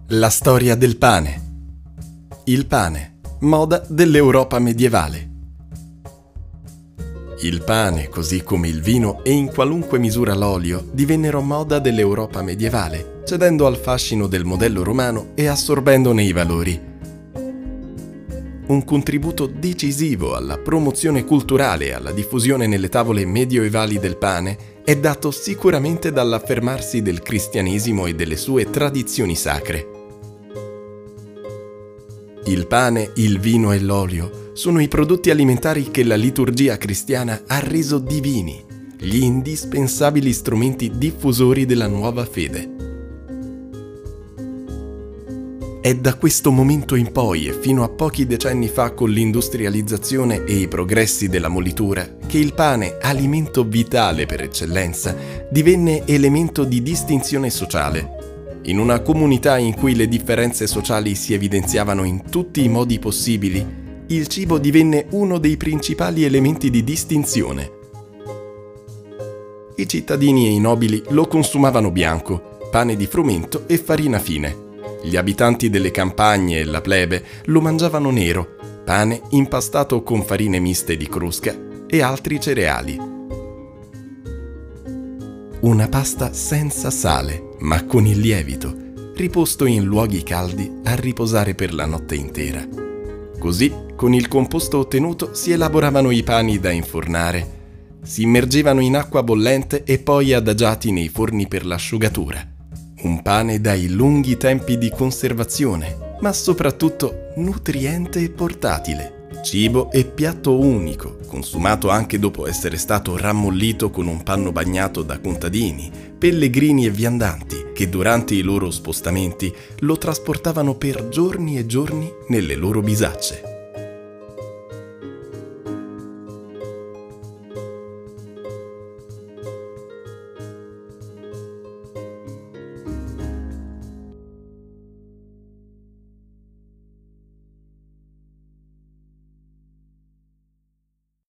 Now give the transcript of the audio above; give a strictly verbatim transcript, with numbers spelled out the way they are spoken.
La storia del pane. Il pane, moda dell'Europa medievale. Il pane, così come il vino e in qualunque misura l'olio, divennero moda dell'Europa medievale, cedendo al fascino del modello romano e assorbendone i valori. Un contributo decisivo alla promozione culturale e alla diffusione nelle tavole medioevali del pane è dato sicuramente dall'affermarsi del cristianesimo e delle sue tradizioni sacre. Il pane, il vino e l'olio sono i prodotti alimentari che la liturgia cristiana ha reso divini, gli indispensabili strumenti diffusori della nuova fede. È da questo momento in poi e fino a pochi decenni fa con l'industrializzazione e i progressi della molitura che il pane, alimento vitale per eccellenza, divenne elemento di distinzione sociale. In una comunità in cui le differenze sociali si evidenziavano in tutti i modi possibili, il cibo divenne uno dei principali elementi di distinzione. I cittadini e i nobili lo consumavano bianco, pane di frumento e farina fine. Gli abitanti delle campagne e la plebe lo mangiavano nero, pane impastato con farine miste di crusca e altri cereali. Una pasta senza sale, ma con il lievito, riposto in luoghi caldi a riposare per la notte intera. Così, con il composto ottenuto, si elaboravano i pani da infornare, si immergevano in acqua bollente e poi adagiati nei forni per l'asciugatura. Un pane dai lunghi tempi di conservazione, ma soprattutto nutriente e portatile. Cibo e piatto unico, consumato anche dopo essere stato rammollito con un panno bagnato da contadini, pellegrini e viandanti, che durante i loro spostamenti lo trasportavano per giorni e giorni nelle loro bisacce.